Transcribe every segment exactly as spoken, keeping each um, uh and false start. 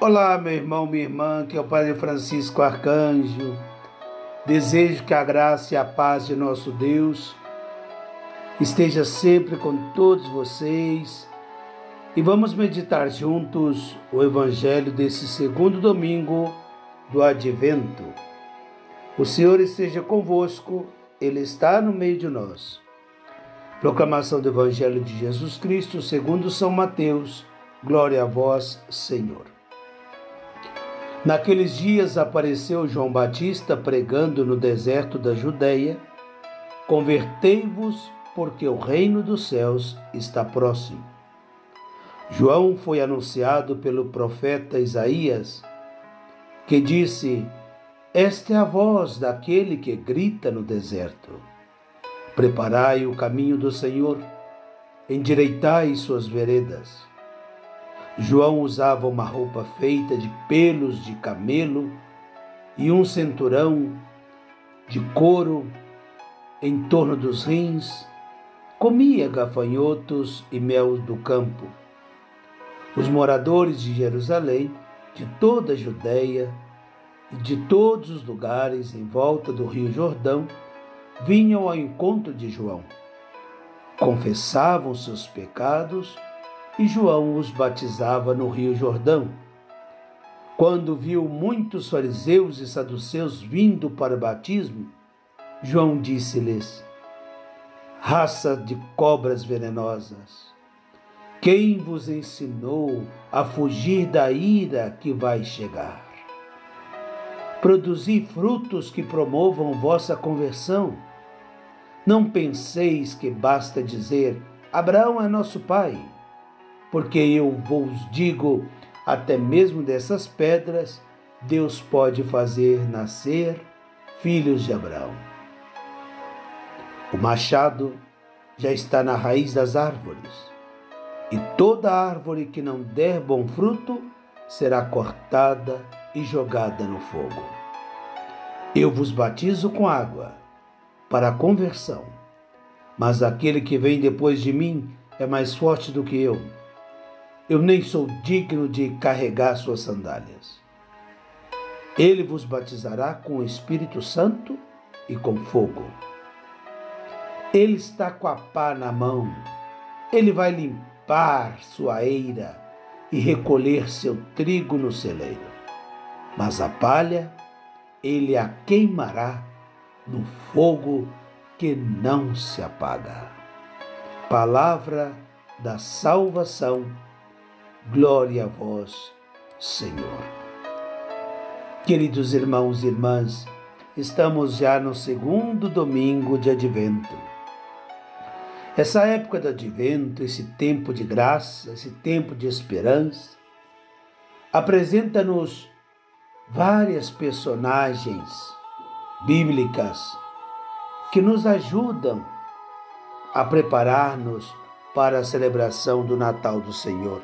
Olá, meu irmão, minha irmã, que é o Padre Francisco Arcanjo. Desejo que a graça e a paz de nosso Deus esteja sempre com todos vocês. E vamos meditar juntos o Evangelho desse segundo domingo do Advento. O Senhor esteja convosco, Ele está no meio de nós. Proclamação do Evangelho de Jesus Cristo segundo São Mateus. Glória a vós, Senhor. Naqueles dias apareceu João Batista pregando no deserto da Judeia: convertei-vos, porque o reino dos céus está próximo. João foi anunciado pelo profeta Isaías, que disse: esta é a voz daquele que grita no deserto: preparai o caminho do Senhor, endireitai suas veredas. João usava uma roupa feita de pelos de camelo e um cinturão de couro em torno dos rins. Comia gafanhotos e mel do campo. Os moradores de Jerusalém, de toda a Judeia e de todos os lugares em volta do rio Jordão, vinham ao encontro de João. Confessavam seus pecados e João os batizava no rio Jordão. Quando viu muitos fariseus e saduceus vindo para o batismo, João disse-lhes: raça de cobras venenosas, quem vos ensinou a fugir da ira que vai chegar? Produzi frutos que promovam vossa conversão. Não penseis que basta dizer: Abraão é nosso pai, porque eu vos digo, até mesmo dessas pedras, Deus pode fazer nascer filhos de Abraão. O machado já está na raiz das árvores, e toda árvore que não der bom fruto será cortada e jogada no fogo. Eu vos batizo com água para a conversão, mas aquele que vem depois de mim é mais forte do que eu. Eu nem sou digno de carregar suas sandálias. Ele vos batizará com o Espírito Santo e com fogo. Ele está com a pá na mão. Ele vai limpar sua eira e recolher seu trigo no celeiro. Mas a palha ele a queimará no fogo que não se apaga. Palavra da salvação. Glória a vós, Senhor. Queridos irmãos e irmãs, estamos já no segundo domingo de Advento. Essa época do Advento, esse tempo de graça, esse tempo de esperança, apresenta-nos várias personagens bíblicas que nos ajudam a preparar-nos para a celebração do Natal do Senhor.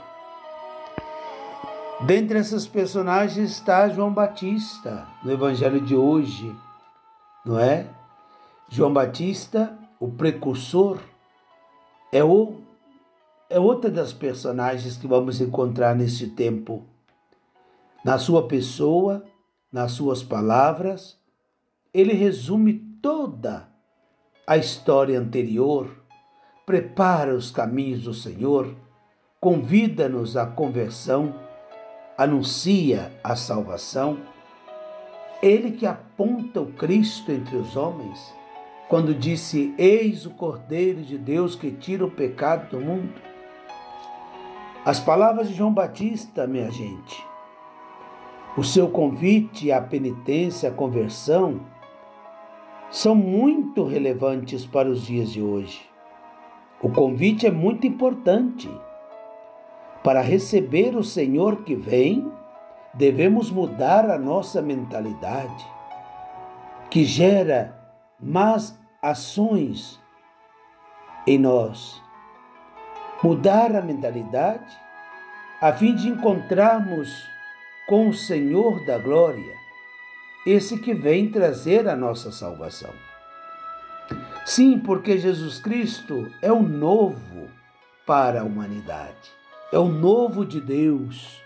Dentre essas personagens está João Batista, no Evangelho de hoje, não é? João Batista, o precursor, é, o, é outra das personagens que vamos encontrar neste tempo. Na sua pessoa, nas suas palavras, ele resume toda a história anterior, prepara os caminhos do Senhor, convida-nos à conversão, anuncia a salvação. Ele que aponta o Cristo entre os homens, quando disse: eis o Cordeiro de Deus que tira o pecado do mundo. As palavras de João Batista, minha gente, o seu convite à penitência, à conversão, são muito relevantes para os dias de hoje. O convite é muito importante. Para receber o Senhor que vem, devemos mudar a nossa mentalidade, que gera más ações em nós. Mudar a mentalidade a fim de encontrarmos com o Senhor da glória, esse que vem trazer a nossa salvação. Sim, porque Jesus Cristo é o novo para a humanidade. É o novo de Deus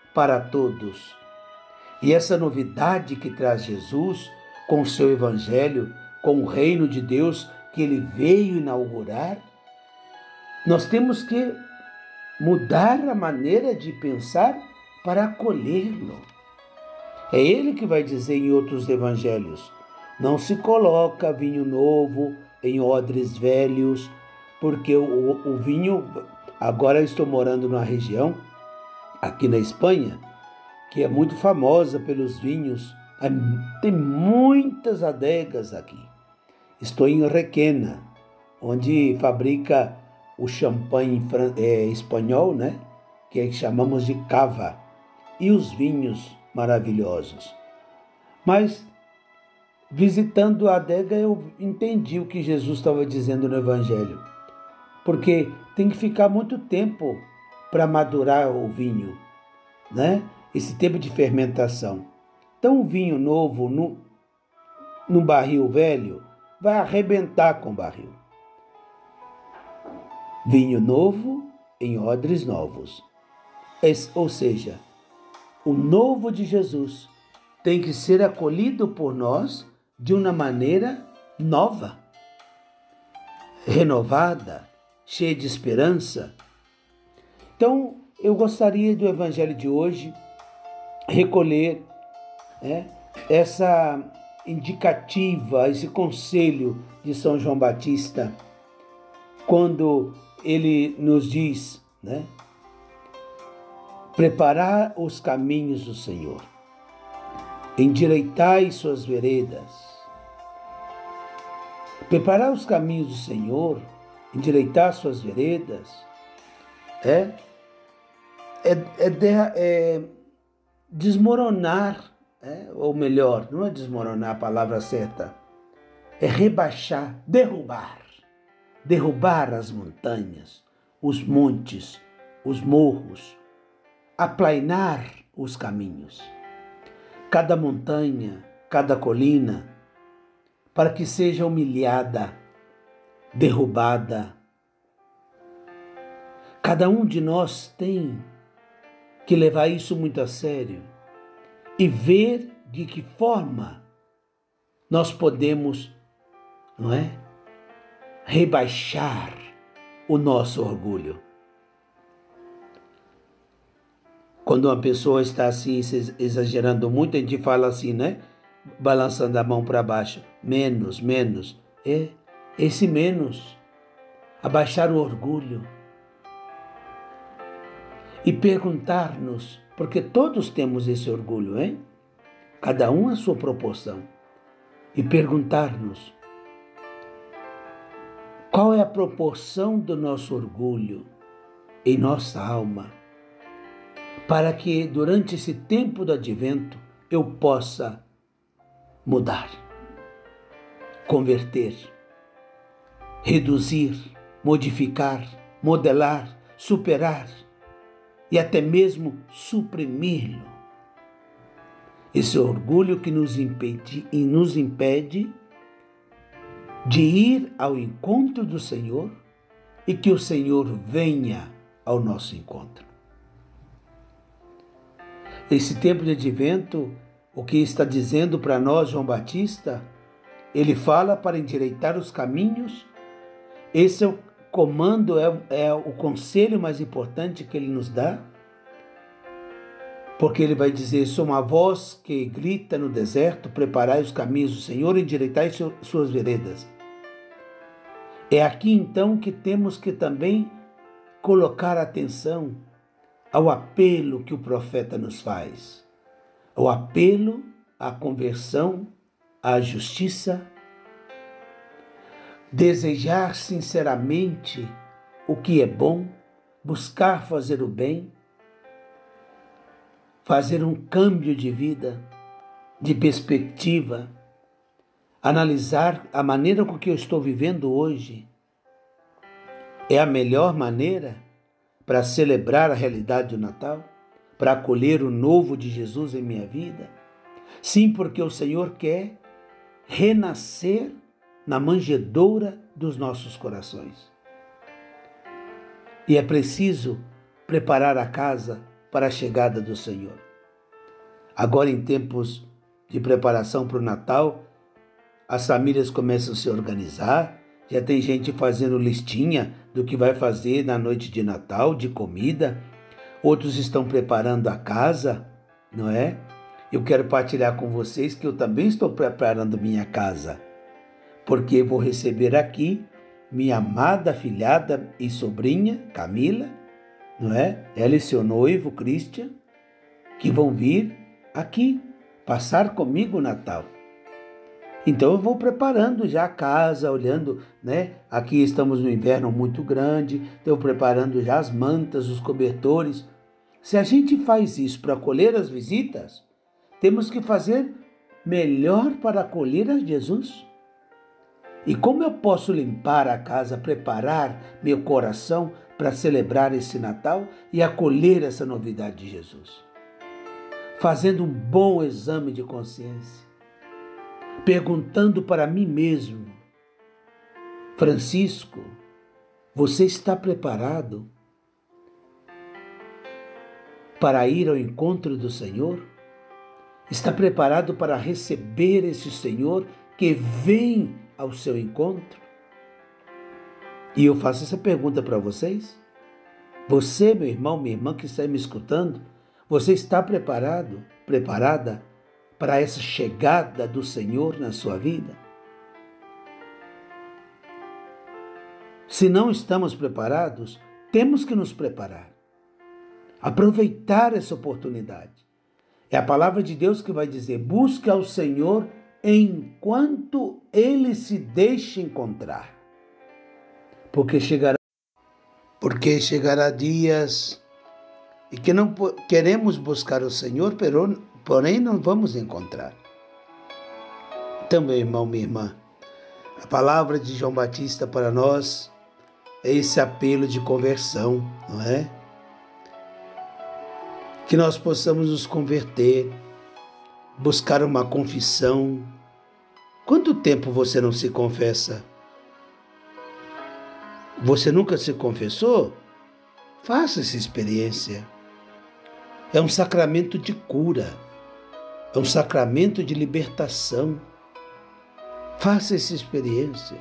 para todos. E essa novidade que traz Jesus com o seu evangelho, com o reino de Deus que ele veio inaugurar, nós temos que mudar a maneira de pensar para acolhê-lo. É ele que vai dizer em outros evangelhos: não se coloca vinho novo em odres velhos, porque o, o vinho, agora eu estou morando numa região, aqui na Espanha, que é muito famosa pelos vinhos, tem muitas adegas aqui. Estou em Requena, onde fabrica o champanhe é, espanhol, né? Que chamamos de cava, e os vinhos maravilhosos. Mas, visitando a adega, eu entendi o que Jesus estava dizendo no Evangelho. Porque tem que ficar muito tempo para madurar o vinho, né? Esse tempo de fermentação. Então, o vinho novo no, no barril velho vai arrebentar com o barril. Vinho novo em odres novos. Esse, ou seja, o novo de Jesus tem que ser acolhido por nós de uma maneira nova, renovada, cheia de esperança. Então, eu gostaria do Evangelho de hoje recolher é, essa indicativa, esse conselho de São João Batista, quando ele nos diz, né, preparar os caminhos do Senhor, endireitai suas veredas. Preparar os caminhos do Senhor, endireitar suas veredas, é, é, é, de, é desmoronar, é, ou melhor, não é desmoronar a palavra certa, é rebaixar, derrubar. Derrubar as montanhas, os montes, os morros, aplainar os caminhos. Cada montanha, cada colina, para que seja humilhada, derrubada. Cada um de nós tem que levar isso muito a sério e ver de que forma nós podemos, não é, rebaixar o nosso orgulho. Quando uma pessoa está assim, exagerando muito, a gente fala assim, né? Balançando a mão para baixo. Menos, menos. É esse menos. Abaixar o orgulho. E perguntar-nos, porque todos temos esse orgulho, hein? Cada um a sua proporção. E perguntar-nos, qual é a proporção do nosso orgulho em nossa alma, para que durante esse tempo do advento eu possa mudar, converter, reduzir, modificar, modelar, superar e até mesmo suprimi-lo. Esse orgulho que nos impede, e nos impede de ir ao encontro do Senhor e que o Senhor venha ao nosso encontro. Esse tempo de advento, o que está dizendo para nós João Batista, ele fala para endireitar os caminhos. Esse é o comando, é, é o conselho mais importante que ele nos dá, porque ele vai dizer: sou uma voz que grita no deserto, preparai os caminhos do Senhor, endireitai suas veredas. É aqui então que temos que também colocar atenção ao apelo que o profeta nos faz, ao apelo à conversão, à justiça, desejar sinceramente o que é bom, buscar fazer o bem, fazer um câmbio de vida, de perspectiva, analisar a maneira com que eu estou vivendo hoje. É a melhor maneira para celebrar a realidade do Natal, para acolher o novo de Jesus em minha vida? Sim, porque o Senhor quer renascer na manjedoura dos nossos corações. E é preciso preparar a casa, para a chegada do Senhor. Agora, em tempos de preparação para o Natal, as famílias começam a se organizar, já tem gente fazendo listinha do que vai fazer na noite de Natal, de comida, outros estão preparando a casa, não é? Eu quero partilhar com vocês que eu também estou preparando minha casa, porque vou receber aqui minha amada filhada e sobrinha, Camila, não é? Ela e seu noivo, Christian, que vão vir aqui passar comigo o Natal. Então eu vou preparando já a casa, olhando, né? Aqui estamos no inverno muito grande, estou preparando já as mantas, os cobertores. Se a gente faz isso para acolher as visitas, temos que fazer melhor para acolher a Jesus. E como eu posso limpar a casa, preparar meu coração para celebrar esse Natal e acolher essa novidade de Jesus? Fazendo um bom exame de consciência, perguntando para mim mesmo: Francisco, você está preparado para ir ao encontro do Senhor? Está preparado para receber esse Senhor que vem ao seu encontro? E eu faço essa pergunta para vocês. Você, meu irmão, minha irmã que está me escutando, você está preparado, preparada para essa chegada do Senhor na sua vida? Se não estamos preparados, temos que nos preparar. Aproveitar essa oportunidade. É a palavra de Deus que vai dizer: busque ao Senhor enquanto Ele se deixa encontrar. Porque chegará, porque chegará dias e que não queremos buscar o Senhor, porém não vamos encontrar. Então, meu irmão, minha irmã, a palavra de João Batista para nós é esse apelo de conversão, não é? Que nós possamos nos converter, buscar uma confissão. Quanto tempo você não se confessa? Você nunca se confessou? Faça essa experiência. É um sacramento de cura, é um sacramento de libertação. Faça essa experiência.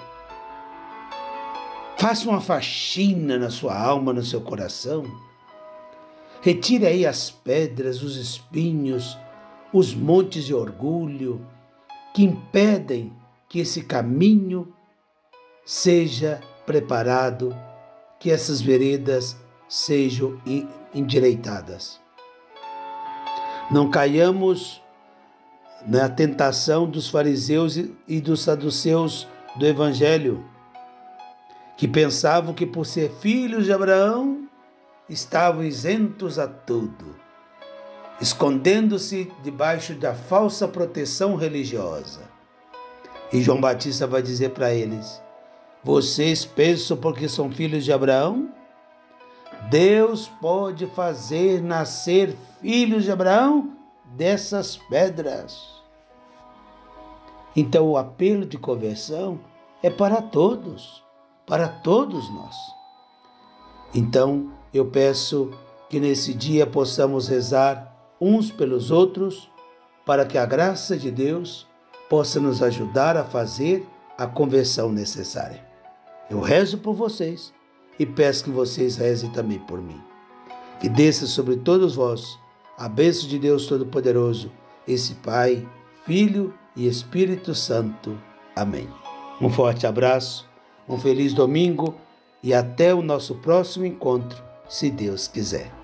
Faça uma faxina na sua alma, no seu coração. Retire aí as pedras, os espinhos, os montes de orgulho que impedem que esse caminho seja preparado, que essas veredas sejam endireitadas. Não caiamos na tentação dos fariseus e dos saduceus do Evangelho, que pensavam que por ser filhos de Abraão, estavam isentos a tudo, escondendo-se debaixo da falsa proteção religiosa. E João Batista vai dizer para eles: vocês pensam porque são filhos de Abraão? Deus pode fazer nascer filhos de Abraão dessas pedras. Então o apelo de conversão é para todos, para todos nós. Então eu peço que nesse dia possamos rezar uns pelos outros, para que a graça de Deus possa nos ajudar a fazer a conversão necessária. Eu rezo por vocês e peço que vocês rezem também por mim. Que desça sobre todos vós a bênção de Deus Todo-Poderoso, esse Pai, Filho e Espírito Santo. Amém. Um forte abraço, um feliz domingo e até o nosso próximo encontro, se Deus quiser.